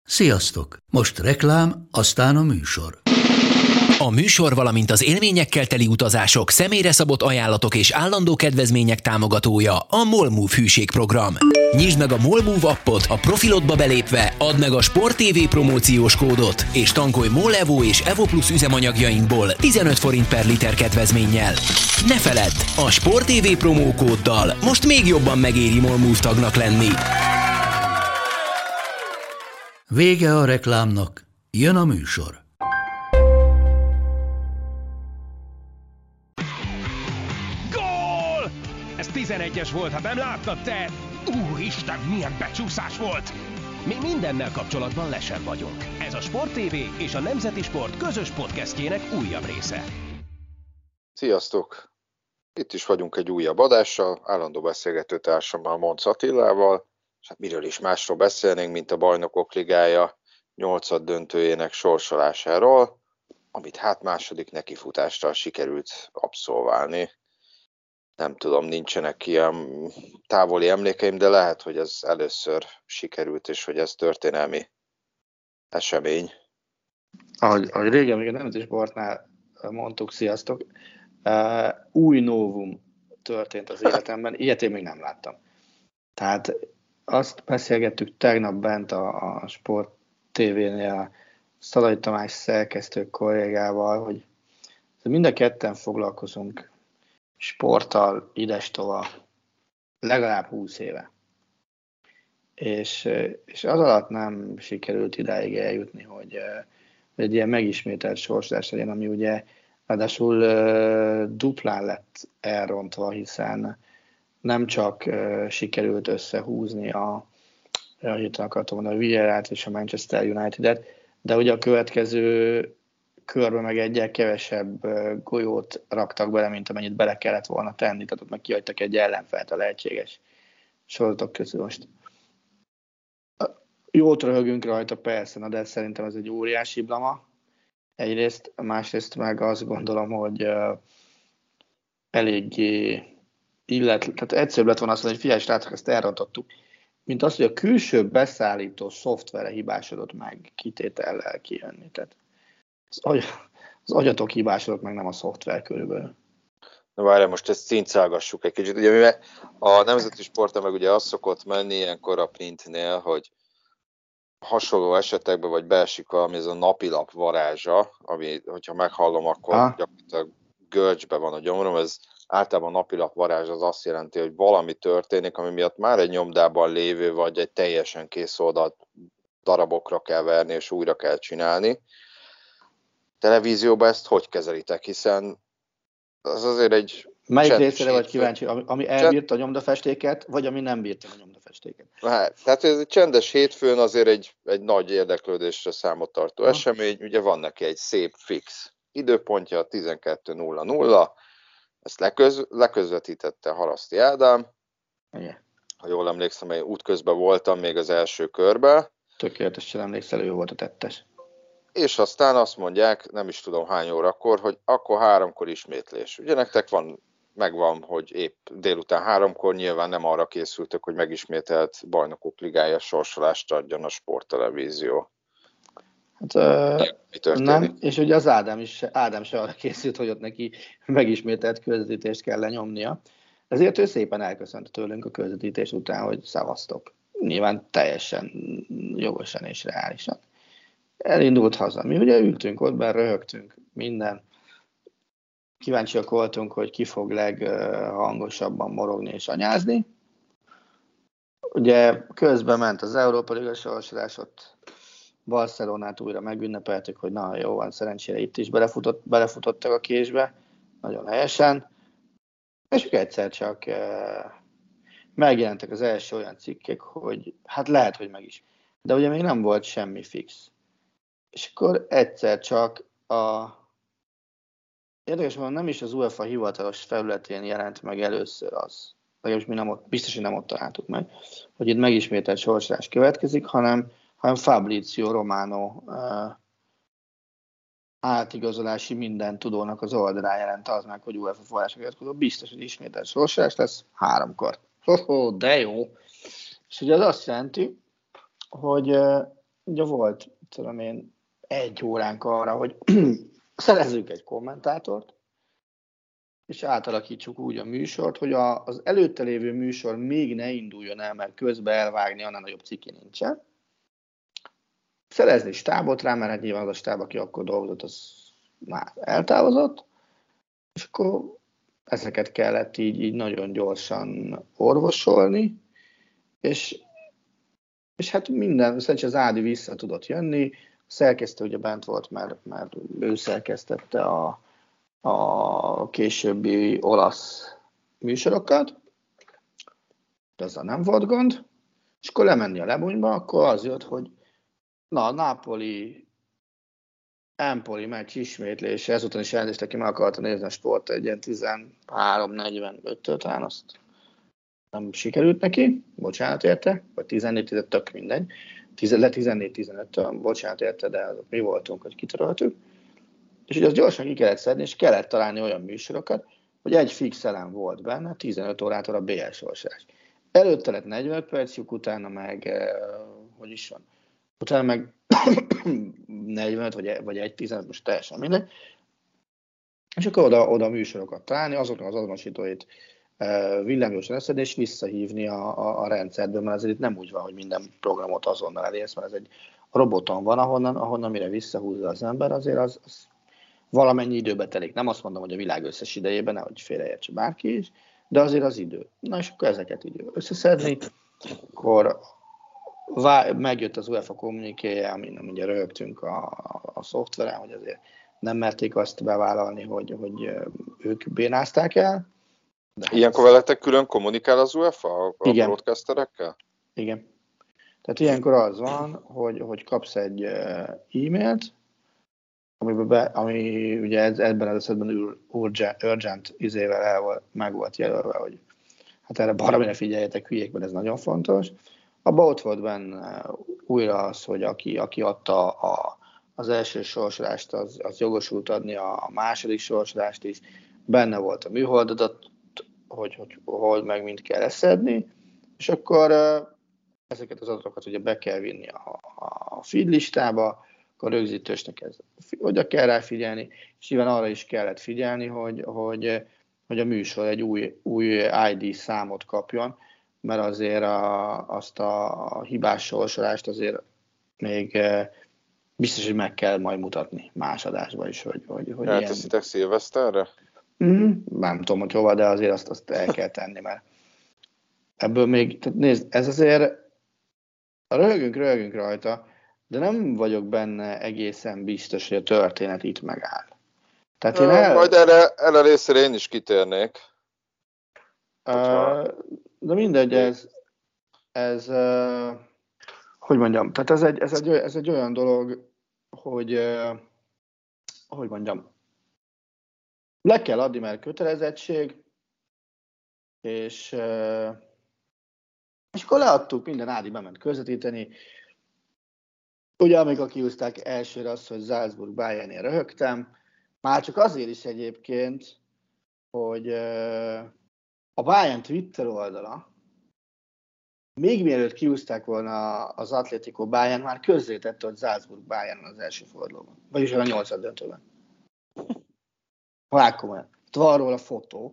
Sziasztok! Most reklám, aztán a műsor. A műsor, valamint az élményekkel teli utazások, személyre szabott ajánlatok és állandó kedvezmények támogatója a MOL Move hűségprogram. Nyisd meg a MOL Move appot, a profilodba belépve add meg a Sport TV promóciós kódot, és tankolj MOL Evo és Evo Plus üzemanyagjainkból 15 forint per liter kedvezménnyel. Ne feledd, a Sport TV promókóddal most még jobban megéri MOL Move tagnak lenni. Vége a reklámnak, jön a műsor. Gól! Ez 11-es volt, ha nem láttad te! Úristen, milyen becsúszás volt! Mi mindennel kapcsolatban lesen vagyunk. Ez a Sport TV és a Nemzeti Sport közös podcastjének újabb része. Sziasztok! Itt is vagyunk egy újabb adással, állandó beszélgetőtársammal, Monc Attilával, és hát miről is másról beszélnénk, mint a Bajnokok Ligája 8. döntőjének sorsolásáról, amit hát második nekifutással sikerült abszolválni. Nem tudom, nincsenek ilyen távoli emlékeim, de lehet, hogy ez először sikerült, és hogy ez történelmi esemény. Ahogy régen még a Nemzeti Sportnál mondtuk, sziasztok, új novum történt az életemben, ilyet én még nem láttam. Tehát azt beszélgettük tegnap bent a Sport TV-nél Szalai Tamás szerkesztő kollégával, hogy mind a ketten foglalkozunk sporttal idestova legalább 20 éve. És az alatt nem sikerült idáig eljutni, hogy egy ilyen megismételt sorsolás legyen, ami ugye ráadásul duplán lett elrontva, hiszen nem csak sikerült összehúzni a Villarrealt és a Manchester United-et, de ugye a következő körbe meg egyel kevesebb golyót raktak bele, mint amennyit bele kellett volna tenni, tehát ott meg kihagytak egy ellenfelt a lehetséges sorozatok közül. Most jót röhögünk rajta, persze, de szerintem ez egy óriási blama. Egyrészt, másrészt meg azt gondolom, hogy eléggé tehát egyszerűbb lett volna azt mondani, hogy figyelj, srácok, ezt elrontottuk, mint az, hogy a külső beszállító szoftvere hibásodott meg kitétellel kijönni. Tehát az agyatok hibásodott meg, nem a szoftver körülbelül. Na várjál, most ezt cincálgassuk egy kicsit. Ugye mivel a Nemzeti Sportban meg ugye az szokott menni ilyenkor a printnél, hogy hasonló esetekben vagy beesik valami, ez a napilap varázsa, ami, hogyha meghallom, akkor gyakorlatilag görcsbe van a gyomrom. Ez általában napilap varázs az azt jelenti, hogy valami történik, ami miatt már egy nyomdában lévő, vagy egy teljesen kész oldalt darabokra kell verni, és újra kell csinálni. Televízióban ezt hogy kezelitek? Hiszen az azért egy... Melyik részére vagy kíváncsi? Ami elbírta a nyomdafestéket, vagy ami nem bírta a nyomdafestéket? Tehát ez egy csendes hétfőn azért egy nagy érdeklődésre számot tartó esemény. Ugye van neki egy szép fix időpontja, 12:00. Ezt leközvetítette Haraszti Ádám. Igen. Ha jól emlékszem, én útközben voltam még az első körben. Tökéletesen emlékszel, ő volt a tettes. És aztán azt mondják, nem is tudom hány órakor, hogy akkor 3-kor ismétlés. Ugye nektek megvan, hogy épp délután 3-kor, nyilván nem arra készültök, hogy megismételt Bajnokok Ligája sorsolást adjon a sporttelevízió. Hát nem, és ugye az Ádám se arra készült, hogy ott neki megismételt közvetítést kell lenyomnia. Ezért ő szépen elköszönt tőlünk a közvetítés után, hogy szavaztok. Nyilván teljesen jogosan és reálisan. Elindult haza. Mi ugye ültünk ott, röhögtünk minden. Kíváncsiak voltunk, hogy ki fog leghangosabban morogni és anyázni. Ugye közben ment az Európa Liga sorsolás, ott Barcelonát újra megünnepeltük, hogy na jó van, szerencsére itt is belefutottak a késbe, nagyon helyesen, és egyszer csak megjelentek az első olyan cikkek, hogy hát lehet, hogy meg is. De ugye még nem volt semmi fix. És akkor egyszer csak érdekes módon nem is az UEFA hivatalos felületén jelent meg először az, legalábbis biztos, hogy nem ott találtuk meg, hogy itt megismételt sorsolás következik, hanem Fabrizio Romano átigazolási minden tudónak az oldalán jelent az meg, hogy UEFA források iratkozó, biztos, hogy ismételt sorsolás lesz 3-kor. De jó! És ugye az azt jelenti, hogy ugye volt, tudom én, 1 óránk arra, hogy szerezzünk egy kommentátort, és átalakítsuk úgy a műsort, hogy az előtte lévő műsor még ne induljon el, mert közben elvágni annál nagyobb ciki nincsen. Szerezni stábot rá, mert hát nyilván az a stáb, aki akkor dolgozott, az már eltávozott, és akkor ezeket kellett így nagyon gyorsan orvosolni, és hát minden, szerintem az Ádi vissza tudott jönni, a szerkesztő ugye bent volt, mert ő szerkesztette a későbbi olasz műsorokat, de azzal nem volt gond, és akkor lemenni a Lebonyba, akkor az jött, hogy a Napoli meccs ismétlése, ezután is elnézést, aki meg akarta nézni a Sport egy ilyen 13:45-től talán, azt nem sikerült neki, bocsánat érte, vagy 14-15, tök mindegy, 14-15-től, bocsánat érte, de azok mi voltunk, hogy kitöröltük. És ugye azt gyorsan ki kellett szedni, és kellett találni olyan műsorokat, hogy egy fix elem volt benne, 15 órától a BL sorsás. Előtte lett 45 percük, utána meg, hogy is van, utána meg 45 vagy 1:15, most teljesen mindegy. És akkor oda műsorokat találni, azoknak az azonosítóit villámgyorsan összedni, és visszahívni a rendszerből, mert azért itt nem úgy van, hogy minden programot azonnal elérsz, mert ez egy roboton van, ahonnan mire visszahúzza az ember, azért az valamennyi időbe telik. Nem azt mondom, hogy a világ összes idejében, nehogy félreértse bárki is, de azért az idő. Na és akkor ezeket így összeszedni, akkor megjött az UEFA kommunikéje, amin ugye röhögtünk a szoftveren, hogy azért nem merték azt bevállalni, hogy ők bénázták el. Ilyenkor veletek külön kommunikál az UEFA a broadcasterekkel? Igen. Tehát ilyenkor az van, hogy kapsz egy e-mailt, ami ugye ebben az esetben urgent izével meg volt jelölve, hogy hát erre baromira figyeljetek, hülyékben, ez nagyon fontos. Abban ott volt benne újra az, hogy aki adta az első sorsolást, az jogosult adni a második sorsolást is. Benne volt a műholdadat, hogy hol meg mind kell leszedni, és akkor ezeket az adatokat ugye be kell vinni a feed listába, akkor rögzítősnek ez oda kell rá figyelni, és nyilván arra is kellett figyelni, hogy a műsor egy új ID számot kapjon, mert azért azt a hibás sorsolást azért még biztos, hogy meg kell majd mutatni más adásban is, hogy elteszitek szilveszterre? Nem tudom, hogy hova, de azért azt el kell tenni, mert ebből még, tehát nézd, ez azért röhögünk rajta, de nem vagyok benne egészen biztos, hogy a történet itt megáll. Tehát majd erre a részre én is kitérnék. De mindegy, ez hogy mondjam, tehát ez egy olyan dolog, hogy mondjam, le kell adni, mert kötelezettség, és akkor leadtuk, minden Ádi bement közvetíteni. Ugye, amikor kiúzták elsőre azt, hogy Salzburg Bayernnél röhögtem, már csak azért is egyébként, hogy a Bayern Twitter oldala, még mielőtt kiúzták volna az Atletico Bayern, már közzétette, hogy Salzburg Bayern az első fordulóban. Vagyis a 8. döntőben. Komolyan. Van róla a fotó,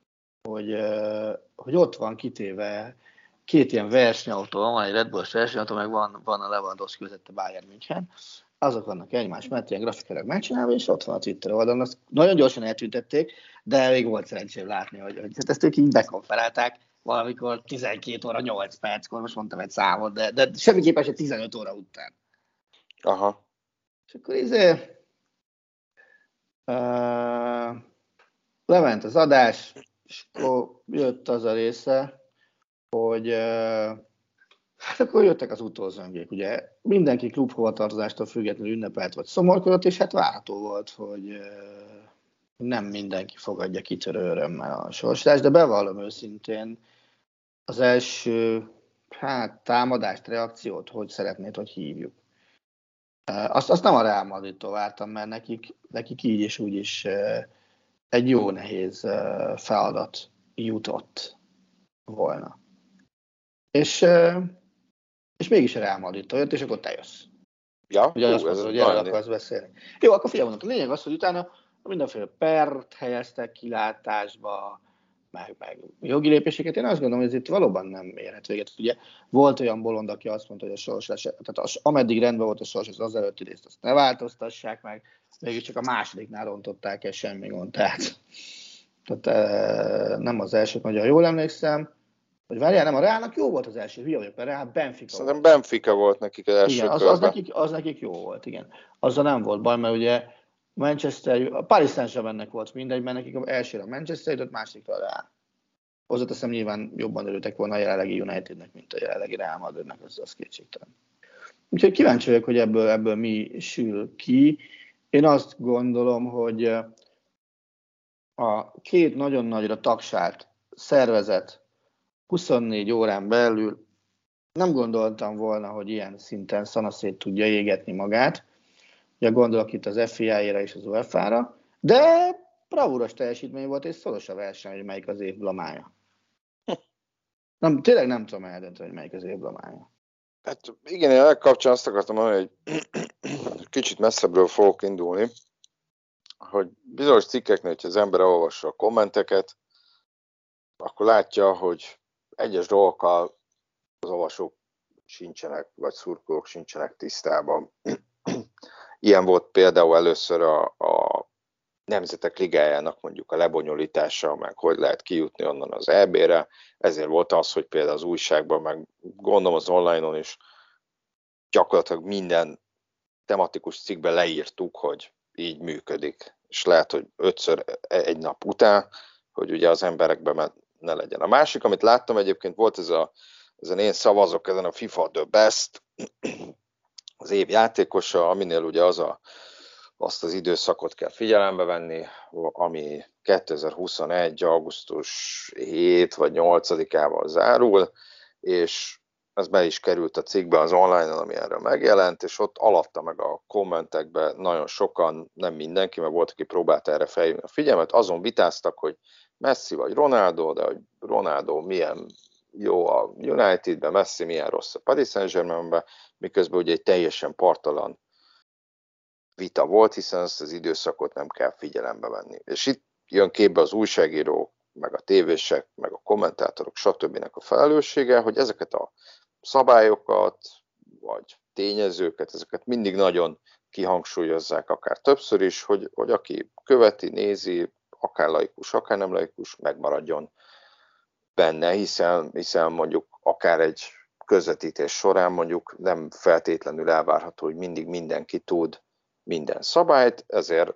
hogy ott van kitéve 2 ilyen versenyautó, van egy Red Bulls versenyautó, meg van a Lewandowski vezette Bayern München. Azok vannak egymás mellett, ilyen grafikailag megcsinálva, és ott van a Twitter oldalon. Azt nagyon gyorsan eltüntették, de még volt szerencsém látni, hogy hát ezt ők így bekonferálták valamikor 12 óra 8 perckor, most mondtam egy számot, de semmiképpen se 15 óra után. Aha. És akkor lement az adás, és akkor jött az a része, hogy hát akkor jöttek az utózöngék, ugye mindenki klubhovatartozástól függetlenül ünnepelt vagy szomorkodott, és hát várható volt, hogy nem mindenki fogadja kitörő örömmel a sorsolást, de bevallom őszintén, az első támadást, reakciót, hogy szeretnéd, hogy hívjuk. Azt nem a Real Madridtól vártam, mert nekik így és úgy is egy jó nehéz feladat jutott volna. És mégis a Real Madridtól jött, és akkor te jössz. Ja, Ugye azt mondod, hogy erről akarsz beszélni. Jó, akkor figyelj, mondom, a lényeg az, hogy utána mindenféle pert helyeztek kilátásba, meg jogi lépéseket. Én azt gondolom, hogy ez itt valóban nem érhet véget. Ugye volt olyan bolond, aki azt mondta, hogy a sorsolás, tehát ameddig rendben volt a sorsolás, az előtti részt azt ne változtassák meg, végül csak a másodiknál rontották el, semmi gond. Tehát nem az elsőt, nagyon jól emlékszem, hogy várjál, nem, a Reálnak jó volt az első, hülye vagyok, mert Reál Benfica Szerintem volt. Benfica volt nekik az első igen, az nekik jó volt, igen. Azzal nem volt baj, mert ugye a Paris Saint-Germainnek volt mindegy, mert nekik elsőre a Manchester jutott, másodikra a Real. Hozzáteszem, nyilván jobban örültek volna a jelenlegi Unitednek, mint a jelenlegi Real Madridnek, az kétségtelen. Úgyhogy kíváncsi vagyok, hogy ebből mi sül ki. Én azt gondolom, hogy a két nagyon nagyra tagsált szervezet 24 órán belül nem gondoltam volna, hogy ilyen szinten szanaszét tudja égetni magát. Ugye gondolok itt az FIA-ra és az UEFA-ra, de bravúros teljesítmény volt, és szoros a verseny, hogy melyik az év blamája. Nem, tényleg nem tudom eldönteni, hogy melyik az év blamája. Hát igen, én elkapcsán azt akartam mondani, hogy kicsit messzebbről fogok indulni, hogy bizonyos cikkeknél, hogyha az ember olvassa a kommenteket, akkor látja, hogy egyes dolgokkal az olvasók sincsenek, vagy szurkolók sincsenek tisztában. Ilyen volt például először a Nemzetek Ligájának mondjuk a lebonyolítása, meg hogy lehet kijutni onnan az EB-re. Ezért volt az, hogy például az újságban, meg gondolom az online-on is gyakorlatilag minden tematikus cikkben leírtuk, hogy így működik. És lehet, hogy 5-ször egy nap után, hogy ugye az emberekben ne legyen. A másik, amit láttam egyébként, volt ezen én szavazok, ezen a FIFA The Best, az év játékosa, aminél ugye azt az időszakot kell figyelembe venni, ami 2021. augusztus 7 vagy 8-ával zárul, és ez be is került a cikkbe az online-on, ami erről megjelent, és ott alatta meg a kommentekben nagyon sokan, nem mindenki, mert volt, aki próbált erre felhívni a figyelmet, azon vitáztak, hogy Messi vagy Ronaldo, de hogy Ronaldo milyen jó a Unitedben, Messi milyen rossz a Paris Saint-Germainben, miközben ugye egy teljesen parttalan vita volt, hiszen ezt az időszakot nem kell figyelembe venni. És itt jön képbe az újságírók, meg a tévések, meg a kommentátorok, stb. A felelőssége, hogy ezeket a szabályokat, vagy tényezőket, ezeket mindig nagyon kihangsúlyozzák, akár többször is, hogy aki követi, nézi, akár laikus, akár nem laikus, megmaradjon benne, hiszen mondjuk akár egy közvetítés során mondjuk nem feltétlenül elvárható, hogy mindig mindenki tud minden szabályt, ezért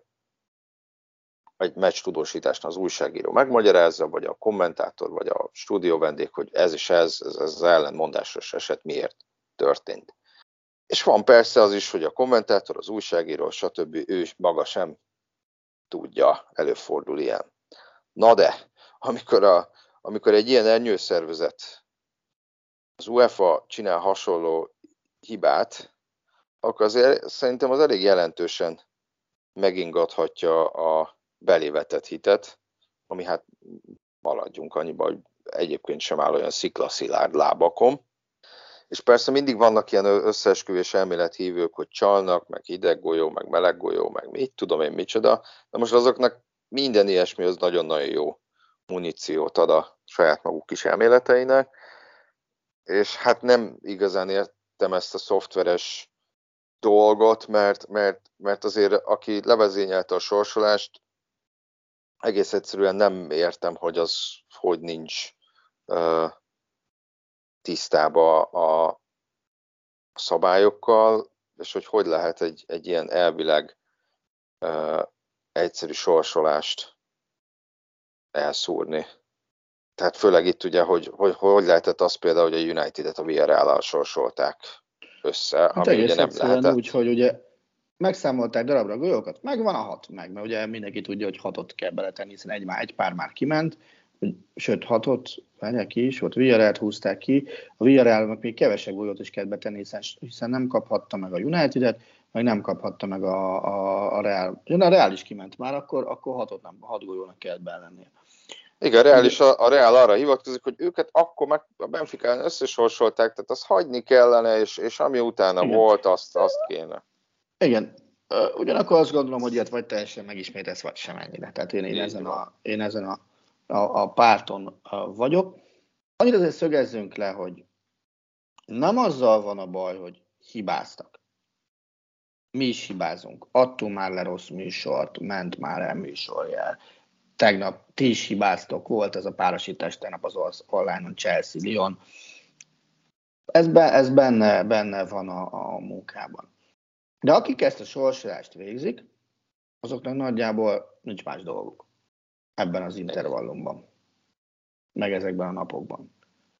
egy meccs tudósításnál az újságíró megmagyarázza, vagy a kommentátor, vagy a stúdió vendég, hogy ez az ellenmondásos eset miért történt. És van persze az is, hogy a kommentátor, az újságíró, stb. Ő maga sem tudja, előfordul ilyen. Na de, amikor egy ilyen ernyőszervezet, az UEFA csinál hasonló hibát, akkor azért szerintem az elég jelentősen megingathatja a belévetett hitet, ami hát maradjunk annyiba, hogy egyébként sem áll olyan sziklaszilárd lábakon. És persze mindig vannak ilyen összeesküvés elmélethívők, hogy csalnak, meg hideggolyó, meg meleggolyó, meg mit tudom én micsoda. De most azoknak minden ilyesmi az nagyon-nagyon jó muníciót ad a saját maguk kis elméleteinek. És hát nem igazán értem ezt a szoftveres dolgot, mert azért aki levezényelte a sorsolást, egész egyszerűen nem értem, hogy nincs tisztában a szabályokkal, és hogy lehet egy ilyen elvileg egyszerű sorsolást elszúrni. Tehát főleg itt ugye, hogy lehetett az például, hogy a United-et a Villarreal-al sorsolták össze, hát ami ugye nem lehetett. Úgy, hogy ugye megszámolták darabra golyókat, megvan a 6 meg, mert ugye mindenki tudja, hogy 6-ot kell beletenni, hiszen egy pár már kiment, sőt 6-ot, várják ki is, ott Villarrealt húzták ki, a Villarrealnak még kevesebb golyót is kell betenni, hiszen nem kaphatta meg a United-et, meg nem kaphatta meg a Real. A Real is kiment már, akkor 6 golyónak kellett belennie. Igen, a Real arra hivatkozik, hogy őket akkor meg a Benficán összesorsolták, tehát azt hagyni kellene, és ami utána volt, azt kéne. Igen. Ugyanakkor azt gondolom, hogy ilyet vagy teljesen megismételsz, vagy sem ennyire. Tehát én ezen a párton vagyok. Annyit azért szögezzünk le, hogy nem azzal van a baj, hogy hibáztak. Mi is hibázunk. Adtunk már le rossz műsort, ment már el műsorjár. Tegnap ti is hibáztok, volt ez a párosítás tegnap az online-on Chelsea-Lyon. Ez benne van a munkában. De akik ezt a sorsolást végzik, azoknak nagyjából nincs más dolguk ebben az intervallumban, meg ezekben a napokban.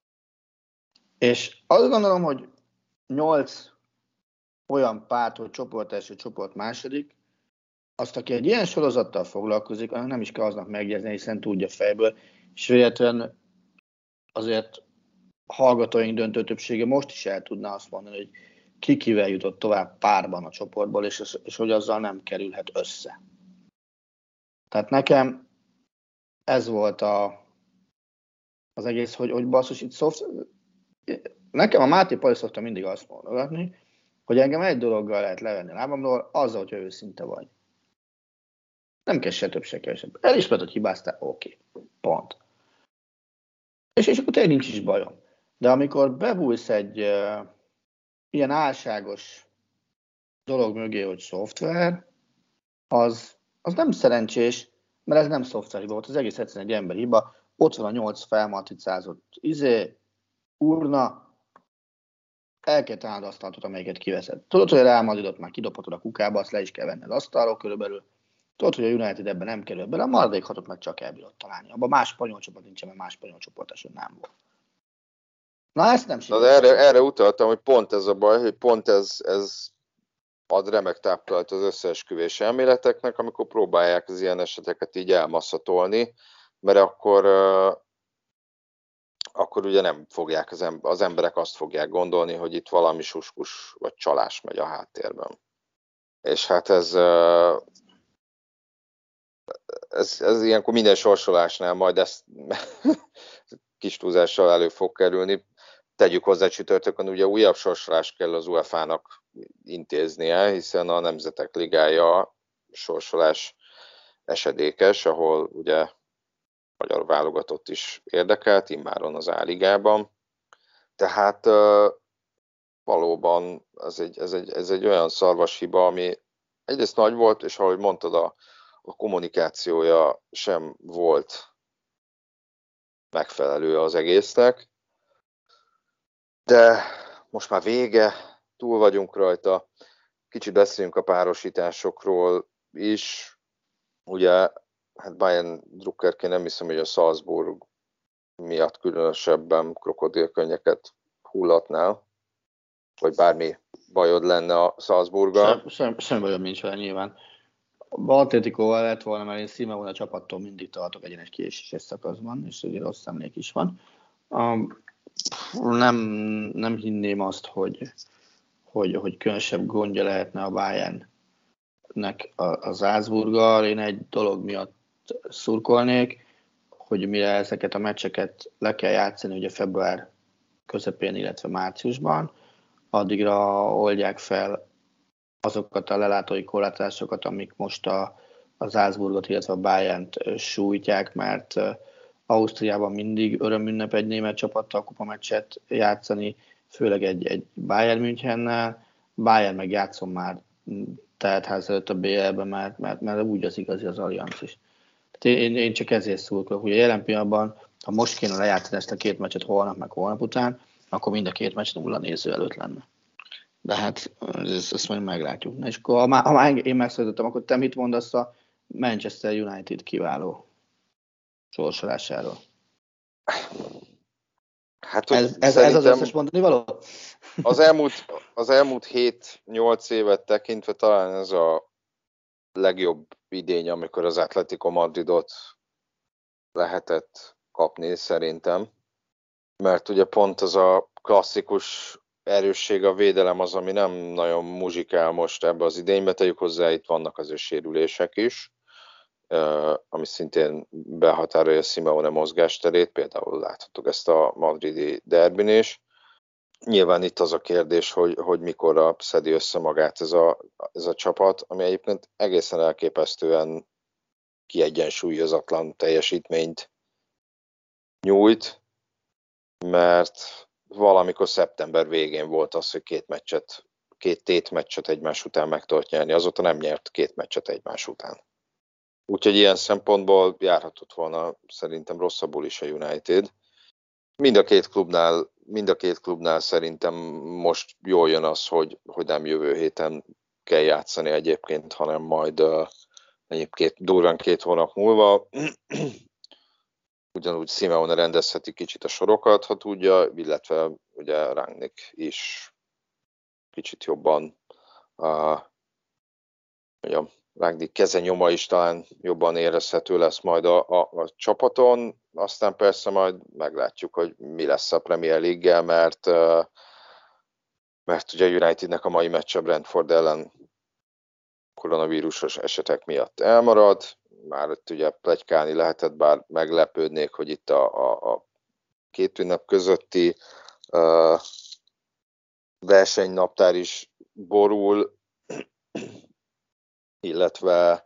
És azt gondolom, hogy 8 olyan párt, hogy csoport első, csoport második, azt, aki egy ilyen sorozattal foglalkozik, annak nem is kell aznap megjegyezni, hiszen tudja fejből, és véletlenül azért hallgatóink döntő többsége most is el tudná azt mondani, hogy kivel jutott tovább párban a csoportból, és hogy azzal nem kerülhet össze. Tehát nekem ez volt az egész, hogy basszus, itt nekem a Máté Pali szokta mindig azt mondogatni, hogy engem egy dologgal lehet levenni a lábamról, azzal, hogy őszinte vagy. Nem kell se több, se kevesebb. Elismert, hogy hibáztál, oké. Pont. És akkor tényleg nincs is bajom. De amikor bebújsz egy ilyen álságos dolog mögé, hogy szoftver, az nem szerencsés, mert ez nem szoftverhiba volt, az egész egyszerűen egy emberhiba. Ott van a 8 felmatricázott urna, el kell találnod asztaltot, amelyiket kiveszed. Tudod, hogy a Real Madridot már kidobhatod a kukába, azt le is kell venni az asztalról körülbelül. Tudod, hogy a United ebben nem kerül bele, a maradék 6-ot meg csak elbírod találni. Abban más spanyol csapat nincsen, mert más spanyol csoportesen nem volt. Na, ezt nem sikerült. Erre utaltam, hogy pont ez a baj, hogy pont ez ad remek táptalat az összeesküvés elméleteknek, amikor próbálják az ilyen eseteket így elmasszatolni, mert akkor ugye nem fogják az emberek azt fogják gondolni, hogy itt valami suskus vagy csalás megy a háttérben. És hát ez ilyenkor minden sorsolásnál majd ezt kis túlzással elő fog kerülni. Tegyük hozzá, csütörtökön ugye újabb sorsolást kell az UEFA-nak intéznie, hiszen a Nemzetek Ligája sorsolás esedékes, ahol ugye magyar válogatott is érdekelt, immáron az A-ligában. Tehát valóban ez egy olyan szarvashiba, ami egyrészt nagy volt, és ahogy mondtad, a kommunikációja sem volt megfelelő az egésznek. De most már vége, túl vagyunk rajta. Kicsit beszéljünk a párosításokról is. Ugye, hát Bayern drukkerként nem hiszem, hogy a Salzburg miatt különösebben krokodilkönnyeket hullatnál, vagy bármi bajod lenne a Salzburggal. Semmi bajom nincs vele nyilván. A Atlétikóval lett volna, mert én Simeone csapattól mindig tartok egyenes kieséses szakaszban, és ugye rossz emlék is van. Nem hinném azt, hogy különösebb gondja lehetne a Bayernnek a Salzburggal. Én egy dolog miatt szurkolnék, hogy mire ezeket a meccseket le kell játszani ugye február közepén, illetve márciusban, addigra oldják fel azokat a lelátói korlátozásokat, amik most a Salzburgot, illetve a Bayernt sújtják, mert Ausztriában mindig örömünnep egy német csapattal kupameccset játszani, főleg egy Bayern Münchennel. Bayern meg játszom már teltház előtt a BL-ben, mert úgy az igazi az Allianz is. Én csak ezért szurkolok, hogy a jelen pillanatban, ha most kéne lejátszani ezt a két meccset holnap meg holnap után, akkor mind a két meccs 0 néző előtt lenne. De hát ezt majd meglátjuk. És akkor, ha már én megszólítottam, akkor te mit mondasz a Manchester United kiváló sorsolásáról? Hát, ez az összes mondani való? Az elmúlt 7-8 évet tekintve talán ez a legjobb idény, amikor az Atletico Madridot lehetett kapni szerintem. Mert ugye pont az a klasszikus erősség, a védelem az, ami nem nagyon muzsikál most ebbe az idénybe, tegyük hozzá, itt vannak azért sérülések is, ami szintén behatárolja Simeone mozgásterét, például láthatjuk ezt a madridi derbin is. Nyilván itt az a kérdés, hogy mikorra szedi össze magát ez a csapat, ami egyébként egészen elképesztően kiegyensúlyozatlan teljesítményt nyújt, mert valamikor szeptember végén volt az, hogy két tétmeccset egymás után meg tudott nyerni, azóta nem nyert 2 meccset egymás után. Úgyhogy ilyen szempontból járhatott volna szerintem rosszabbul is a United. Mind a két klubnál szerintem most jól jön az, hogy nem jövő héten kell játszani egyébként, hanem majd egyébként durván 2 hónap múlva. Ugyanúgy Simeone rendezheti kicsit a sorokat, ha tudja, illetve ugye Rangnick is kicsit jobban Rangnick kezenyoma is talán jobban érezhető lesz majd a csapaton, aztán persze majd meglátjuk, hogy mi lesz a Premier League-gel, mert ugye a Unitednek a mai meccse Brentford ellen koronavírusos esetek miatt elmarad, már itt ugye pletykálni lehetett, bár meglepődnék, hogy itt a 2 ünnep közötti versenynaptár is borul, illetve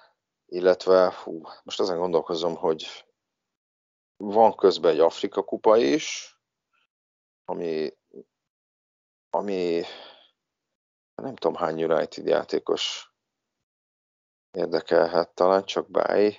most ezen gondolkozom, hogy van közben egy Afrika kupa is, ami nem tudom hány United játékos érdekelhet, talán csak Báj.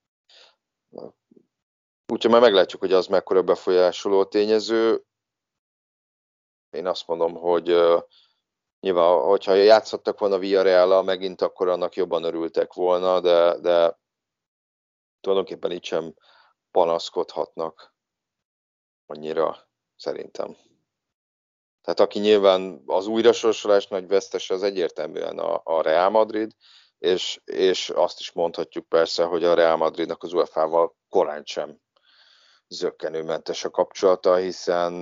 Úgyhogy már meglátjuk, hogy az mekkora befolyásoló tényező. Én azt mondom, hogy nyilván, hogyha játszottak volna Villarreal-al megint, akkor annak jobban örültek volna, de tulajdonképpen itt sem panaszkodhatnak annyira, szerintem. Tehát aki nyilván az újrasorsolás nagy vesztese, az egyértelműen a Real Madrid, és azt is mondhatjuk persze, hogy a Real Madridnak az UEFA-val korán sem zökkenőmentes a kapcsolata, hiszen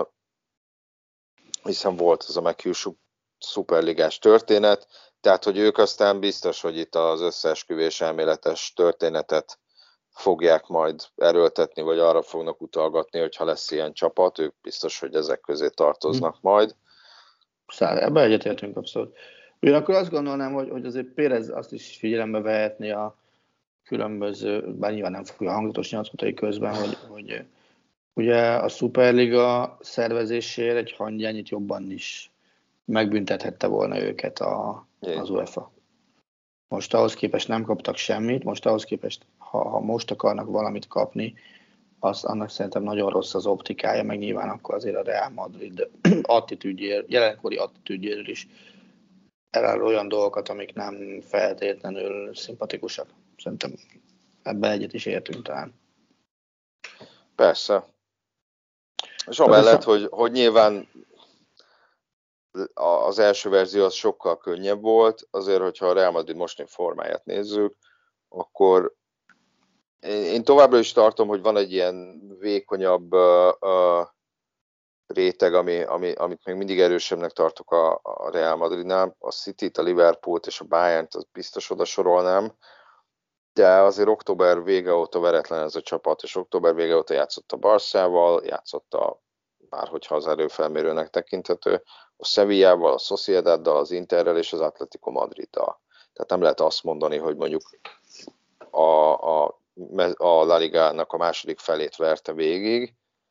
volt az a meghűsú szuperligás történet, tehát hogy ők aztán biztos, hogy itt az összeesküvés elméletes történetet fogják majd erőltetni, vagy arra fognak utalgatni, hogyha lesz ilyen csapat, ők biztos, hogy ezek közé tartoznak majd. Ebben egyetértünk abszolút. Ugyanakkor azt gondolnám, hogy azért Pérez azt is figyelembe vehetni a különböző, bár nyilván nem fogja hangzatos nyilatkozatai közben, hogy ugye a Superliga szervezésért egy hangyányit jobban is megbüntethette volna őket az UEFA. Most ahhoz képest nem kaptak semmit, most ahhoz képest, ha most akarnak valamit kapni, annak szerintem nagyon rossz az optikája, meg nyilván akkor azért a Real Madrid jelenkori attitűdjéről is eláll olyan dolgokat, amik nem feltétlenül szimpatikusak. Szerintem ebben egyet is értünk talán. Persze. És amellett, hogy nyilván az első verzió az sokkal könnyebb volt, azért, hogyha a Real Madrid mostani formáját nézzük, akkor én továbbra is tartom, hogy van egy ilyen vékonyabb réteg, amit még mindig erősebbnek tartok a Real Madridnál. A Cityt, a Liverpoolt és a Bayernt az biztos oda sorolnám, de azért október vége óta veretlen ez a csapat, és október vége óta játszott a Barszával, játszott már hogyha az erőfelmérőnek tekinthető, a Sevillával, a Sociedaddal, az Interrel és az Atletico Madriddal. Tehát nem lehet azt mondani, hogy mondjuk a La Ligának a második felét verte végig.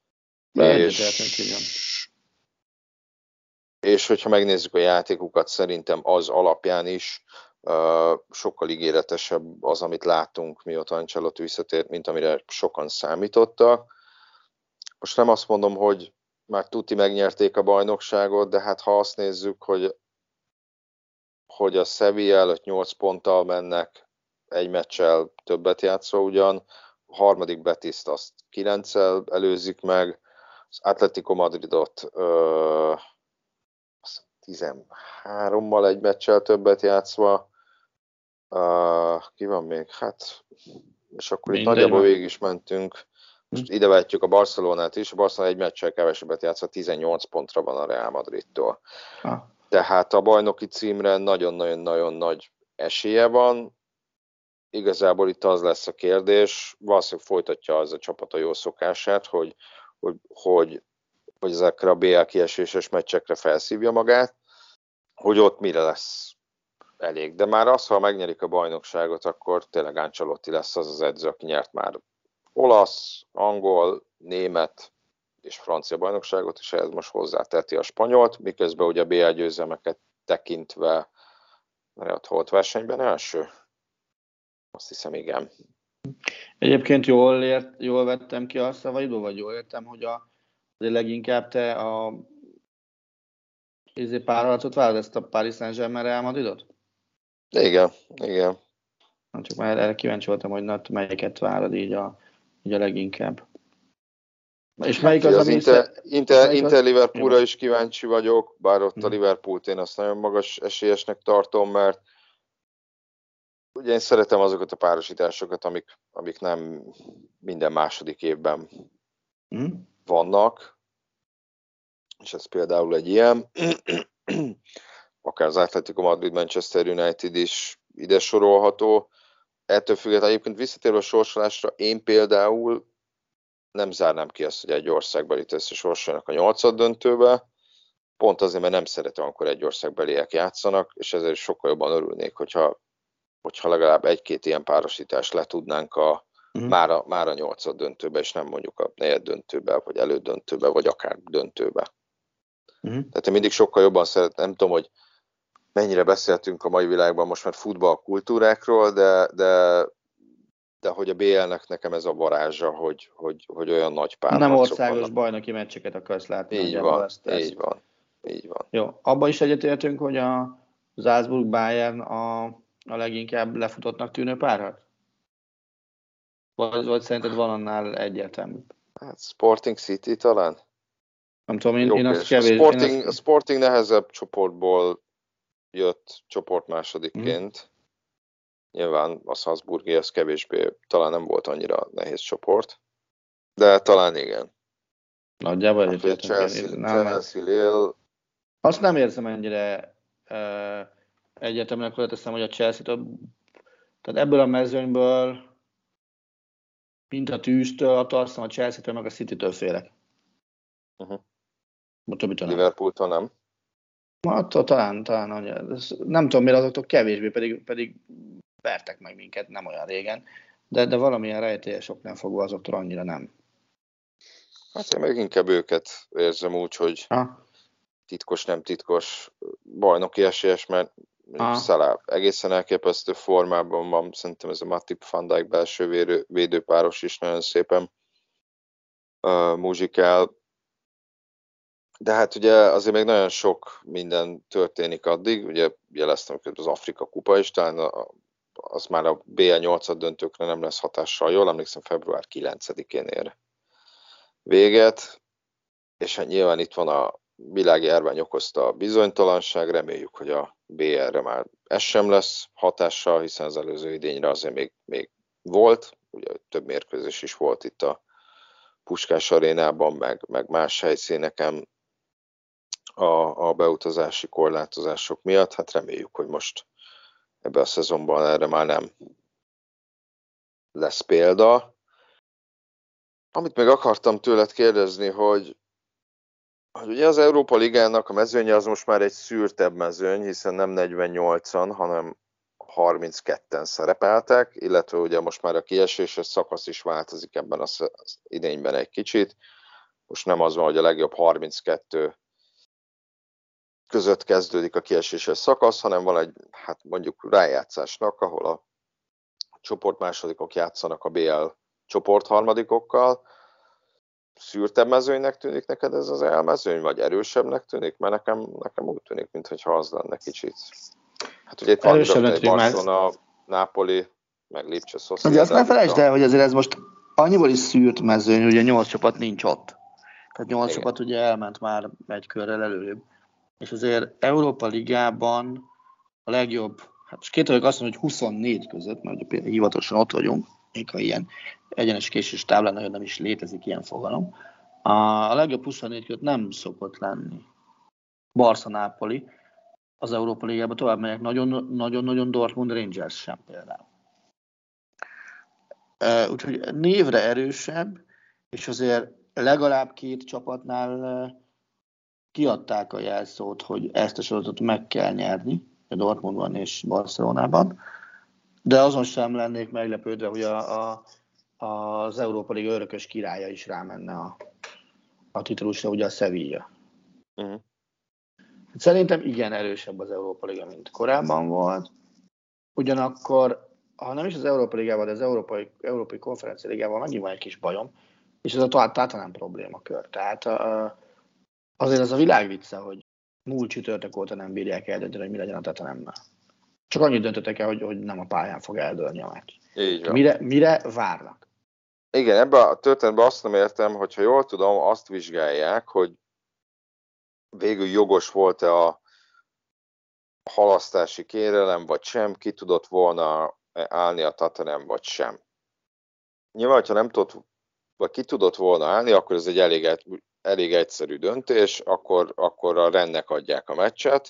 És hogyha megnézzük a játékukat, szerintem az alapján is sokkal ígéretesebb az, amit látunk, mióta Ancelotti visszatért, mint amire sokan számítottak. Most nem azt mondom, hogy már tuti megnyerték a bajnokságot, de hát ha azt nézzük, hogy a Sevilla előtt 8 ponttal mennek, egy meccsel többet játszva ugyan, a harmadik Betiszt azt 9-el előzik meg, az Atletico Madridot 13-mal egy meccsel többet játszva, ki van még? Hát, és akkor itt nagyjából végig is mentünk. Most ide vehetjük a Barcelonát is, a Barcelona egy meccsel kevesebbet játszva, 18 pontra van a Real Madridtól. Tehát a bajnoki címre nagyon-nagyon-nagyon nagy esélye van, igazából itt az lesz a kérdés, valószínűleg folytatja az a csapat a jó szokását, hogy ezekre a BL kieséses meccsekre felszívja magát, hogy ott mire lesz elég. De már az, ha megnyerik a bajnokságot, akkor tényleg Ancelotti lesz az edző, aki nyert már olasz, angol, német és francia bajnokságot, és ehhez most hozzáteti a spanyolt, miközben ugye a BL győzelmeket tekintve, mert holt versenyben első? Azt hiszem, igen. Egyébként jól vettem ki a szavaidból, vagy jól értem, hogy leginkább te a párharcot várod, ezt a Paris Saint-Germain Real Madridot? Igen. Csak már erre kíváncsi voltam, hogy melyiket várod így a leginkább. És melyik az, ami... Inter Liverpoolra is kíváncsi vagyok, bár ott a Liverpoolt én azt nagyon magas esélyesnek tartom, mert ugye én szeretem azokat a párosításokat, amik nem minden második évben vannak, és ez például egy ilyen, akár az Atletico Madrid, Manchester United is ide sorolható. Ettől függetlenül egyébként visszatérve a sorsolásra, én például nem zárnám ki azt, hogy egy országbeli összesorsoljanak a 8. döntőbe, pont azért, mert nem szeretem, amikor egy országbeliek játszanak, és ezért sokkal jobban örülnék, hogyha legalább egy-két ilyen párosítást le tudnánk már a 8. döntőbe, és nem mondjuk a 4. döntőbe, vagy elődöntőbe, vagy akár döntőbe. Tehát én mindig sokkal jobban szeretem, nem tudom, hogy mennyire beszéltünk a mai világban most már futballkultúrákról, de hogy a BL-nek nekem ez a varázsa, hogy olyan nagy párharcok nem országos vannak. bajnoki meccseket akarsz látni. Így van. Jó, abban is egyetértünk, hogy a Salzburg Bayern a leginkább lefutottnak tűnő párharc? Vagy szerinted van annál egyértelmű? Hát Sporting City talán? Nem tudom, én azt kevés... A Sporting nehezebb csoportból jött csoport másodikként. Nyilván a Salzburgi az kevésbé, talán nem volt annyira nehéz csoport, de talán igen. Nagyjából egyetértünk. Chelsea, Lille... Azt nem érzem ennyire egyetemnek, hogy teszem, hogy a Chelsea-től, tehát ebből a mezőnyből, mint a tűztől, attól azt hiszem a Chelsea-től, meg a City-től félek. Liverpooltól nem? Attól talán nem tudom, miért azoktól kevésbé, pedig vertek meg minket nem olyan régen, de valamilyen rejtélyes oknál fogva azoktól annyira nem. Hát én meg inkább őket érzem úgy, hogy titkos, nem titkos bajnoki esélyes, mert Salah egészen elképesztő formában van, szerintem ez a Matip Van Dijk belső védőpáros is nagyon szépen muzsikál. De hát ugye azért még nagyon sok minden történik addig, ugye jeleztem, hogy az Afrika kupa is, talán az már a BL 8. döntőkre nem lesz hatással, jól emlékszem, február 9-én ér véget, és hát nyilván itt van a világjárvány okozta a bizonytalanság, reméljük, hogy a BL-re már ez sem lesz hatással, hiszen az előző idényre azért még volt, ugye több mérkőzés is volt itt a Puskás arénában, meg más helyszíneken a beutazási korlátozások miatt. Hát reméljük, hogy most ebben a szezonban erre már nem lesz példa. Amit még akartam tőled kérdezni, hogy ugye az Európa Ligának a mezőnye az most már egy szűrtebb mezőny, hiszen nem 48-an, hanem 32-en szerepeltek, illetve ugye most már a kieséses szakasz is változik ebben az idényben egy kicsit. Most nem az van, hogy a legjobb 32 között kezdődik a kieséses szakasz, hanem van egy, hát mondjuk rájátszásnak, ahol a csoportmásodikok játszanak a BL csoportharmadikokkal. Szűrtebb mezőnynek tűnik neked ez az elmezőny, vagy erősebbnek tűnik? Mert nekem úgy tűnik, mintha az lenne kicsit. Hát ugye itt van egy Barcelona, Napoli, meg Lipcse, Sociedad. Ugye azt ne felejtsd el, hogy azért ez most annyiból is szűrt mezőny, hogy a 8 csapat nincs ott. Tehát 8 csapat ugye elment már egy körrel előrébb. És azért Európa Ligában a legjobb, hát és két vagyok azt mondom, hogy 24 között, mert ugye hivatalosan ott vagyunk, még ha ilyen egyenes késés táblán nagyon nem is létezik ilyen fogalom. A legjobb 24 között nem szokott lenni Barca, Napoli, az Európa Ligában tovább megyek, nagyon-nagyon Dortmund, Rangers sem például. Úgyhogy névre erősebb, és azért legalább 2 csapatnál kiadták a jelszót, hogy ezt a sorozatot meg kell nyerni, a Dortmundban és Barcelonában, de azon sem lennék meglepődve, hogy az Európa Liga örökös királya is rámenne a titulusra, ugye a Sevilla. Uh-huh. Szerintem igen erősebb az Európa Liga, mint korábban volt. Ugyanakkor, ha nem is az Európa Ligával, de az Európai Konferencia Ligával megint van egy kis bajom, és ez a Tottenham problémakör. Tehát azért az a világ vicce, hogy múlt csütörtök óta nem bírják eldönteni, hogy mi legyen a Tottenhammel. Csak annyit döntöttek el, hogy nem a pályán fog eldőlni a meccs. Így van. Mire várnak? Igen, ebben a történetben azt nem értem, hogyha jól tudom, azt vizsgálják, hogy végül jogos volt-e a halasztási kérelem, vagy sem, ki tudott volna állni a Tottenham, vagy sem. Nyilván, ha nem tudott, vagy ki tudott volna állni, akkor ez egy elég egyszerű döntés, akkor a Rennek adják a meccset,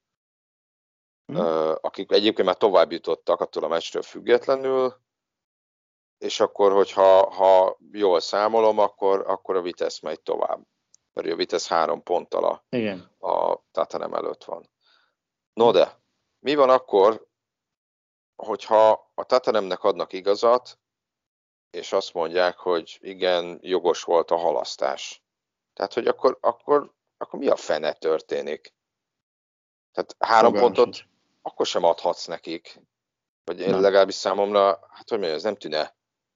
akik egyébként már tovább jutottak attól a meccsről függetlenül, és akkor, hogyha jól számolom, akkor a Vitesse megy tovább. Mert a Vitesse 3 ponttal a Tottenham előtt van. No de, mi van akkor, hogyha a Tottenhamnek adnak igazat, és azt mondják, hogy igen, jogos volt a halasztás. Tehát, hogy akkor mi a fene történik? Tehát 3 pontot akkor sem adhatsz nekik. Vagy én legalábbis számomra, hát hogy mondjam, ez nem tűne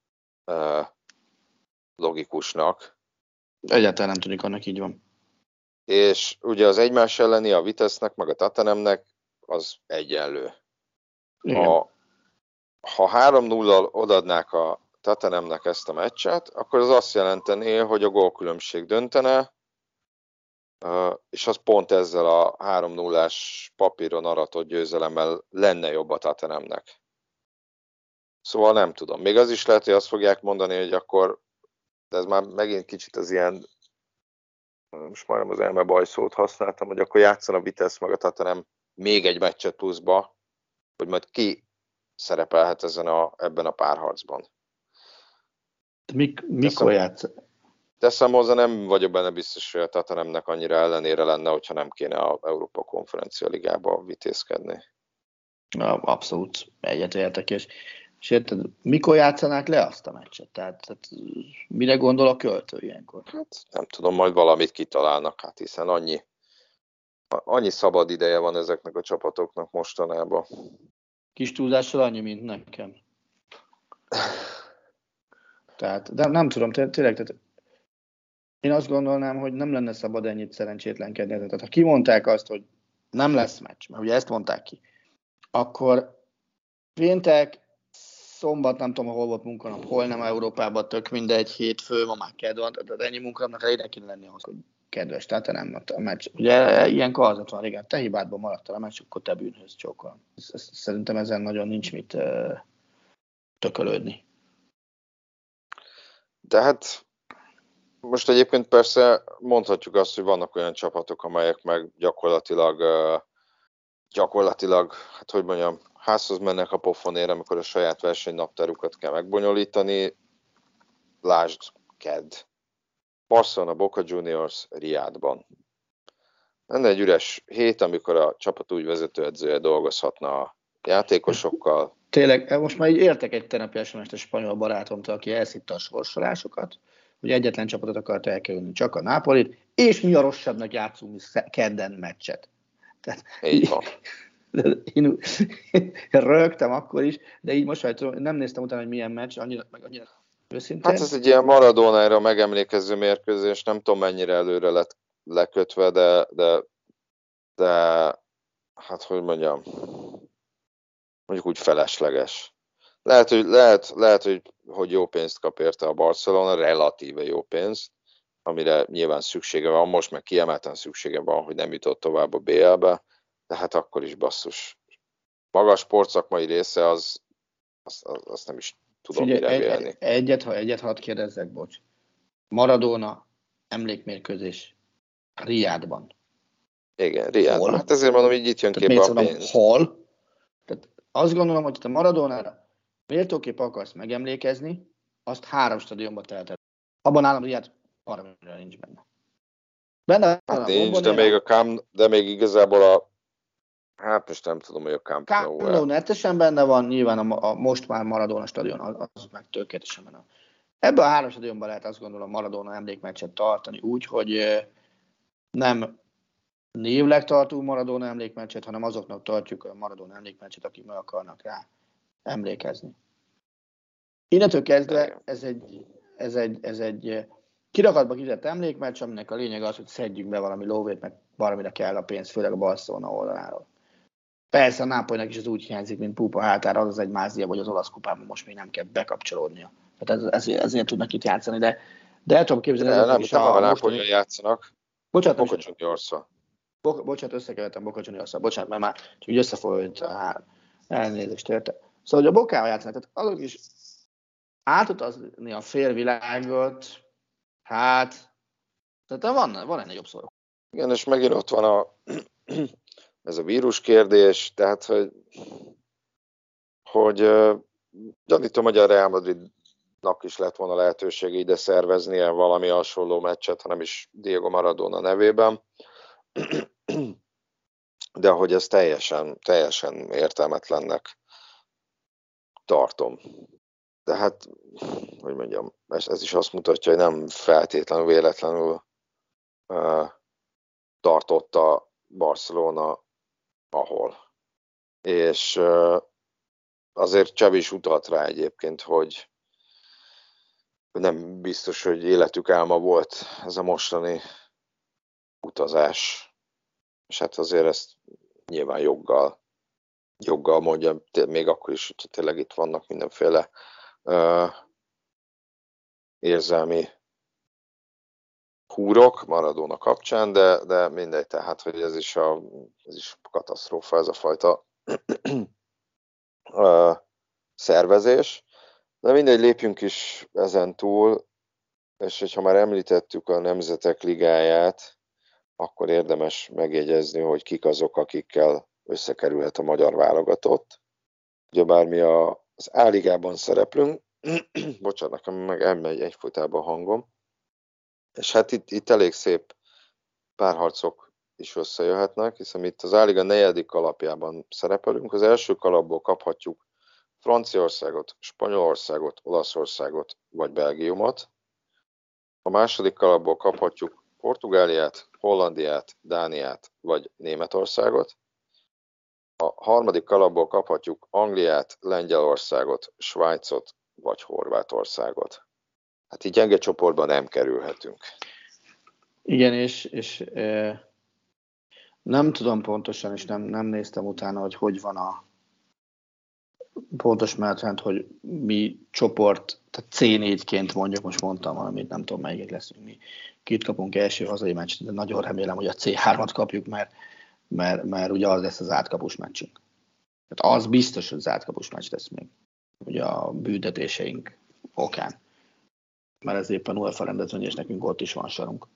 logikusnak. Egyáltalán nem tűnik, annak így van. És ugye az egymás elleni, a Vitesse-nek, meg a Tottenhamnek az egyenlő. Ha 3-0-al odadnák a Tottenhamnek ezt a meccset, akkor az azt jelentené, hogy a gólkülönbség döntene, és az pont ezzel a 3-0-ás papíron aratott győzelemmel lenne jobb a Tottenhamnek. Szóval nem tudom. Még az is lehet, hogy azt fogják mondani, hogy akkor, de ez már megint kicsit az ilyen, most majdnem az elmebajszót használtam, hogy akkor játszon a Vitesse meg a Tottenham még egy meccset pluszba, hogy majd ki szerepelhet ebben a párharcban. Mikor játsz? Teszem hozzá, nem vagyok benne biztos, hogy a Tottenhamnek annyira ellenére lenne, hogyha nem kéne az Európa Konferencia Ligába vitézkedni. Abszolút egyetértek, és érted, mikor játszanák le azt a meccset? Tehát mire gondol a költő ilyenkor? Hát nem tudom, majd valamit kitalálnak, hát hiszen annyi szabad ideje van ezeknek a csapatoknak mostanában. Kis túlzással annyi, mint nekem. Tehát, de nem tudom, tényleg, tehát én azt gondolnám, hogy nem lenne szabad ennyit szerencsétlenkedni. Tehát ha kimondták azt, hogy nem lesz meccs, mert ugye ezt mondták ki, akkor péntek, szombat, nem tudom, hol volt munkanap, hol nem Európában, tök mindegy, hétfő, ma már kedv van, tehát ennyi munkanapnak elég kéne lenni ahhoz, hogy kedves, tehát nem a meccs. Ugye ilyenkor az van, igen, te hibádban maradtál a meccs, akkor te bűnhöz csókolom. Szerintem ezen nagyon nincs mit tökölődni. De hát most egyébként persze mondhatjuk azt, hogy vannak olyan csapatok, amelyek meg gyakorlatilag, hát hogy mondjam, házhoz mennek a pofonért, amikor a saját versenynaptárukat kell megbonyolítani. Lásd, kedd. Barcelona, Boca Juniors, Riadban. Lenne egy üres hét, amikor a csapat úgy vezetőedzője dolgozhatna a játékosokkal. Tényleg, most már így értek egy tegnapi SMS-t a spanyol barátomtól, aki elszitta a sorsolásokat, hogy egyetlen csapatot akart elkerülni, csak a Nápolit, és mi a rosszabbnak játszunk kedden meccset. Tehát, így van. Én rögtem akkor is, de így most nem néztem utána, hogy milyen meccs, annyira őszintén. Hát ez egy ilyen Maradonára megemlékező mérkőzés, nem tudom mennyire előre lett lekötve, de hát hogy mondjam, mondjuk úgy felesleges. Lehet, hogy jó pénzt kap érte a Barcelona, relatíve jó pénzt, amire nyilván szüksége van, most meg kiemelten szüksége van, hogy nem jutott tovább a BL-be, de hát akkor is basszus. Maga a sportszakmai része, azt nem is tudom mire vélni. Egyet hadd kérdezzek, bocs. Maradona emlékmérkőzés Riadban. Igen, Riadban. Hát ezért mondom, hogy itt jön képbe a pénz. Hol? Tehát azt gondolom, hogy a Maradonára méltóképp akarsz megemlékezni, azt 3 stadionba telted. Abban állam, hogy ilyet valamire nincs benne. Benne van Hát a nincs, Bombonera. de még igazából hát most nem tudom, hogy a Camp Nou. Camp Nou nettesen benne van, nyilván a most már Maradona stadion, az meg tökéletesen benne. Ebben a 3 stadionban lehet azt gondolom Maradona emlékmeccset tartani úgy, hogy nem névleg tartunk Maradona emlékmeccset, hanem azoknak tartjuk a Maradona emlékmeccset, akik meg akarnak rá emlékezni. Innentől kezdve ez egy kirakatba kitett emlékmeccs, aminek a lényeg az, hogy szedjünk be valami lóvét, meg valamire kell a pénz, főleg a Barcelona oldaláról. Persze a Nápolynak is az úgy hiányzik, mint púpa hátára, az egy mázlia, vagy az olasz kupában most még nem kell bekapcsolódnia. Tehát ezért tudnak itt játszani, de el tudom képzelni, nem, a Nápolyon játszanak. Bocsánat, Boca Juniors-szal. Bocsánat, összekevertem Boca Juniors-szal. Bocsánat, mert már csak így összefolyott a 3. Elnézést érte. Szóval, hogy a Bocával játszanak, tehát azok is átutazni a félvilágot, hát tehát van egy nagyobb szó. Igen, és megint ott van ez a vírus kérdés, tehát, hogy gyanítom, hogy a Real Madridnak is lett volna lehetőség ide szerveznie valami hasonló meccset, hanem is Diego Maradona nevében, de hogy ez teljesen értelmetlennek tartom. De hát, hogy mondjam, ez is azt mutatja, hogy nem feltétlenül véletlenül tartotta Barcelona, ahol. És azért Csabi is utalt rá egyébként, hogy nem biztos, hogy életük álma volt ez a mostani utazás. És hát azért ezt nyilván joggal mondja, még akkor is, hogyha tényleg itt vannak mindenféle érzelmi húrok Maradona kapcsán, de mindegy, tehát, hogy ez is katasztrófa, ez a fajta szervezés. De mindegy, lépjünk is ezen túl, és hogyha már említettük a Nemzetek Ligáját, akkor érdemes megjegyezni, hogy kik azok, akikkel összekerülhet a magyar válogatott. Ugyebár mi az A-ligában szereplünk, bocsánat, nekem meg elmegy egyfolytában a hangom, és hát itt elég szép párharcok is összejöhetnek, hiszen itt az A-liga 4. kalapjában szerepelünk. Az első kalapból kaphatjuk Franciaországot, Spanyolországot, Olaszországot vagy Belgiumot. A második kalapból kaphatjuk Portugáliát, Hollandiát, Dániát vagy Németországot. A harmadik kalapból kaphatjuk Angliát, Lengyelországot, Svájcot vagy Horvátországot. Hát így gyenge csoportban nem kerülhetünk. Igen, és nem tudom pontosan, és nem néztem utána, hogy van a pontos menetrend, hogy mi csoport, tehát C4-ként mondjuk, most mondtam valamit, nem tudom melyiket leszünk mi. Kit kapunk első hazai meccset, de nagyon remélem, hogy a C3-at kapjuk, mert ugye az lesz az átkapus meccsünk. Tehát az biztos, hogy az átkapus meccs lesz még. Ugye a büntetéseink okán. Mert ez éppen UEFA rendezvény, és nekünk ott is van sorunk.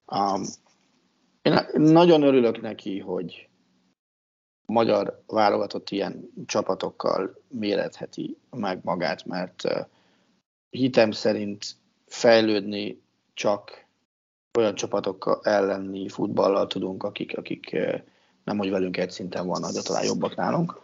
Én nagyon örülök neki, hogy a magyar válogatott ilyen csapatokkal méretheti meg magát, mert hitem szerint fejlődni csak olyan csapatokkal elleni futballal tudunk, akik nem hogy velünk egy szinten vannak, de talán jobbak nálunk.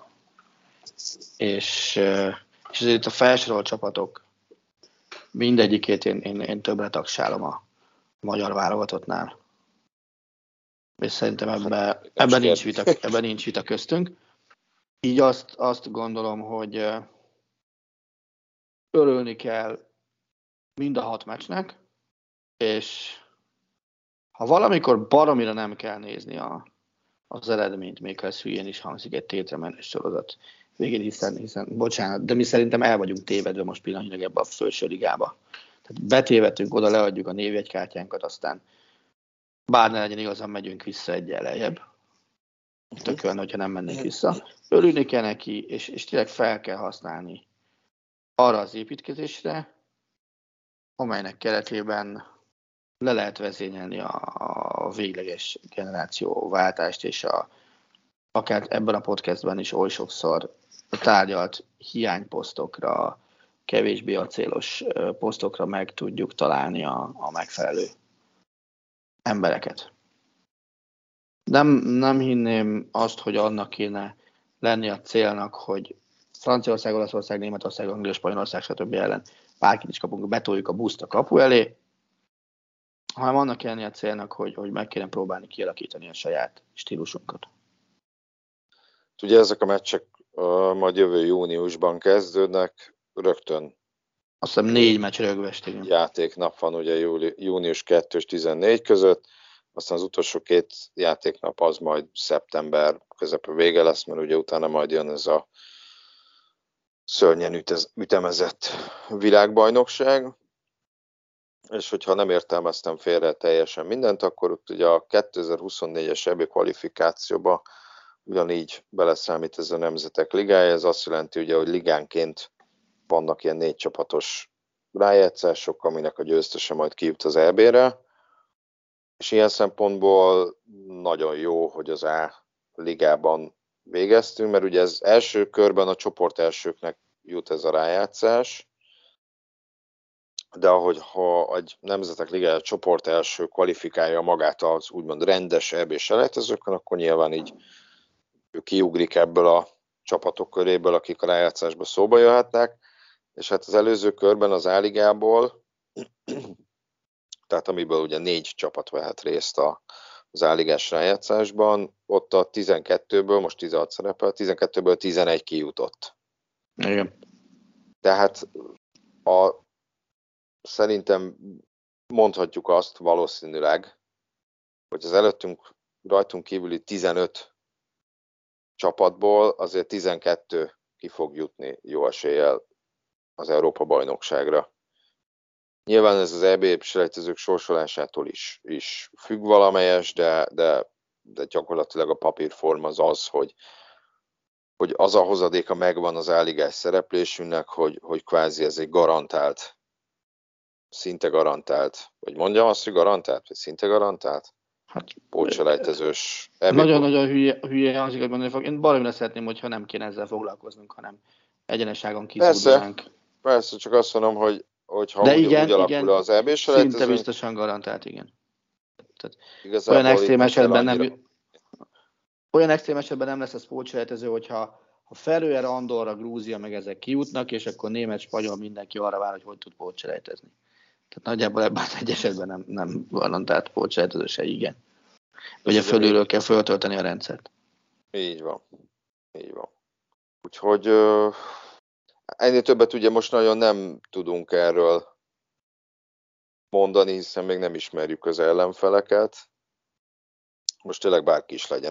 És azért a felsorolt csapatok mindegyikét én többre tagsálom a magyar válogatottnál. És szerintem ebben nincs vita köztünk. Így azt gondolom, hogy örülni kell mind a 6 meccsnek, és ha valamikor baromira nem kell nézni az eredményt, még ha ez hülyén is hangzik egy tétre menő sorozat végén, hiszen bocsánat, de mi szerintem el vagyunk tévedve most pillanatnyilag ebbe a felső ligába. Tehát betévedtünk, oda leadjuk a névjegykártyánkat, aztán bár ne legyen igazán, megyünk vissza egyel lejjebb. Tök olyan, hogyha nem mennénk vissza. Örülni kell neki, és tényleg fel kell használni arra az építkezésre, amelynek keretében le lehet vezényelni a végleges generációváltást, és akár ebben a podcastben is oly sokszor tárgyalt hiányposztokra, kevésbé acélos posztokra meg tudjuk találni a megfelelő embereket. Nem hinném azt, hogy annak kéne lenni a célnak, hogy Franciaország, Olaszország, Németország, Anglia, Spanyolország, stb. Ellen bárkit is kapunk, betoljuk a buszt a kapu elé, hanem annak kéne lenni a célnak, hogy meg kéne próbálni kialakítani a saját stílusunkat. Ugye ezek a meccsek majd jövő júniusban kezdődnek, rögtön. Azt hiszem 4 meccs rögvest, Játéknap van ugye június 2 és 14 között, aztán az utolsó 2 játéknap az majd szeptember közepe vége lesz, mert ugye utána majd jön ez a szörnyen ütemezett világbajnokság, és hogyha nem értelmeztem félre teljesen mindent, akkor ott ugye a 2024-es EB kvalifikációba ugyanígy beleszámít ez a Nemzetek Ligája, ez azt jelenti ugye, hogy ligánként vannak ilyen 4 csapatos rájátszások, aminek a győztese majd kijut az EB-re, és ilyen szempontból nagyon jó, hogy az A ligában végeztünk, mert ugye ez első körben a csoport elsőknek jut ez a rájátszás, de ha egy Nemzetek Ligája csoport első kvalifikálja magát az úgymond rendes EB selejtezőkön, akkor nyilván így kiugrik ebből a csapatok köréből, akik a rájátszásba szóba jöhetnek, és hát az előző körben az A-ligából, tehát amiből ugye 4 csapat vehet részt az A-ligás rájátszásban, ott a 12-ből, most 16 szerepel, 12-ből 11 kijutott. Igen. Tehát szerintem mondhatjuk azt valószínűleg, hogy az rajtunk kívüli 15 csapatból azért 12 ki fog jutni jó eséllyel az Európa-bajnokságra. Nyilván ez az EB selejtezők sorsolásától is függ valamelyes, de gyakorlatilag a papírforma az, hogy az a hozadéka megvan az A-ligás szereplésünknek, hogy kvázi ez egy garantált, szinte garantált, vagy mondjam azt, hogy garantált, vagy szinte garantált? Hát, pótselejtezős. Nagyon-nagyon hülye hangzik, hogy mondani fog. Én baromra szeretném, hogyha nem kéne ezzel foglalkoznunk, hanem egyeneságon kiszúrnánk. Persze, csak azt mondom, hogy ha úgy alakul az EB selejtezőnk. Szinte biztosan garantált, igen. Tehát olyan extrém esetben nem lesz ez pótselejtező, hogyha Feröer, Andorra, Grúzia meg ezek kijutnak, és akkor német, spanyol mindenki arra vár, hogy tud pótselejtezni. Tehát nagyjából ebben egy esetben nem garantált pótselejtező se, igen. Ugye fölülről kell föltölteni a rendszert. Így van. Úgyhogy ennél többet ugye most nagyon nem tudunk erről mondani, hiszen még nem ismerjük az ellenfeleket. Most tényleg bárki is legyen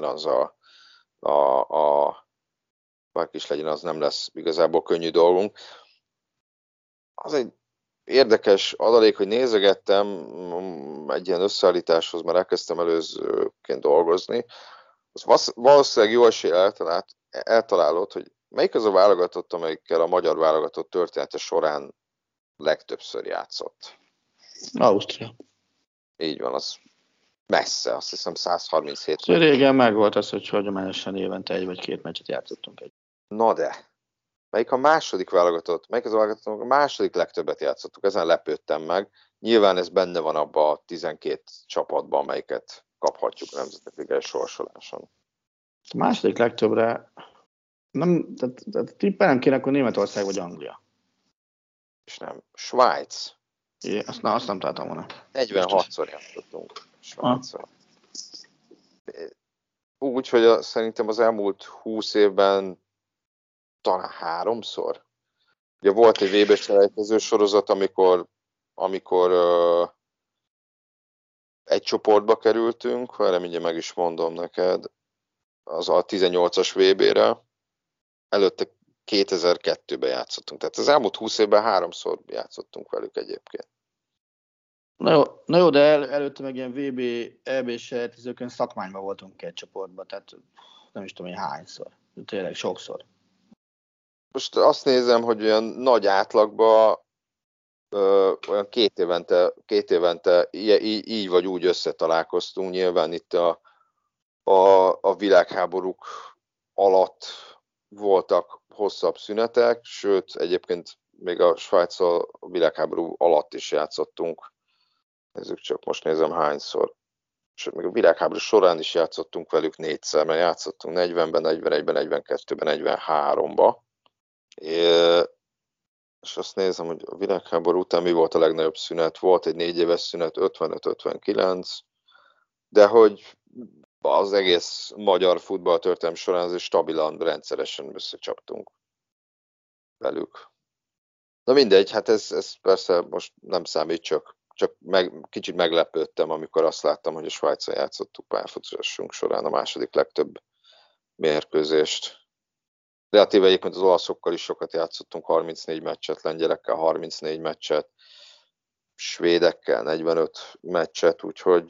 az nem lesz igazából könnyű dolgunk. Az egy érdekes adalék, hogy nézegettem egy ilyen összeállításhoz, mert elkezdtem előzőként dolgozni. Az valószínűleg jó esély eltalálod, hogy melyik az a válogatott, amelyikkel a magyar válogatott története során legtöbbször játszott. Ausztria. Így van, az messze, azt hiszem 137. Régen megvolt az, hogy hagyományosan évente 1 vagy 2 meccset játszottunk egy. Na de, melyik a második válogatott, melyik az a válogatott, a második legtöbbet játszottuk, ezen lepődtem meg. Nyilván ez benne van abban a 12 csapatban, amelyiket kaphatjuk Nemzetek Ligája sorsoláson. A második legtöbbre tehát tippelnem kéne, akkor Németország vagy Anglia. És nem, Svájc. É, azt nem találtam volna. 46-szor játszottunk Svájccal. Úgy, hogy szerintem az elmúlt 20 évben talán 3-szor. Ugye volt egy VB selejtező sorozat, amikor egy csoportba kerültünk, erre mindjárt meg is mondom neked, az a 18-as VB-re, előtte 2002-ben játszottunk. Tehát az elmúlt 20 évben 3-szor játszottunk velük egyébként. Na jó, de előtte meg ilyen VB, EB selejtezőkön szakmányban voltunk egy csoportban, tehát nem is tudom, hogy hányszor. Tényleg sokszor. Most azt nézem, hogy olyan nagy átlagban olyan két évente így vagy úgy összetalálkoztunk. Nyilván itt a világháborúk alatt voltak hosszabb szünetek, sőt, egyébként még a Svájccal a világháború alatt is játszottunk. Nézzük csak, most nézem hányszor. Sőt, még a világháború során is játszottunk velük 4-szer, mert játszottunk 40-ben, 41-ben, 42-ben, 43-ba. És azt nézem, hogy a világháború után mi volt a legnagyobb szünet. Volt egy 4 éves szünet, 55-59, de hogy az egész magyar futballtörténelem során azért stabilan, rendszeresen összecsaptunk velük. Na mindegy, hát ez persze most nem számít, csak kicsit meglepődtem, amikor azt láttam, hogy a Svájccal játszottuk pályafutásunk során a második legtöbb mérkőzést. Relatíve egyébként az olaszokkal is sokat játszottunk, 34 meccset, lengyelekkel 34 meccset, svédekkel 45 meccset, úgyhogy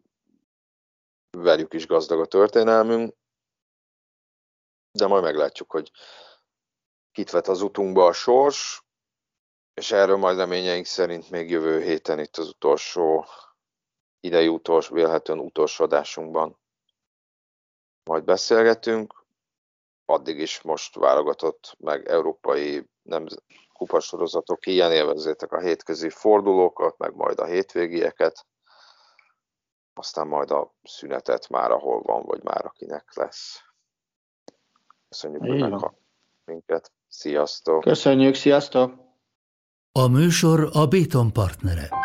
velük is gazdag a történelmünk, de majd meglátjuk, hogy kit vet az utunkba a sors, és erről majd reményeink szerint még jövő héten itt az vélhetően utolsó adásunkban majd beszélgetünk. Addig is most válogatott meg európai kupasorozatok, ilyen élvezzétek a hétközi fordulókat, meg majd a hétvégieket, aztán majd a szünetet már ahol van, vagy már akinek lesz. Köszönjük, hogy meghallgattak minket. Sziasztok! Köszönjük, sziasztok! A műsor a Béton partnere.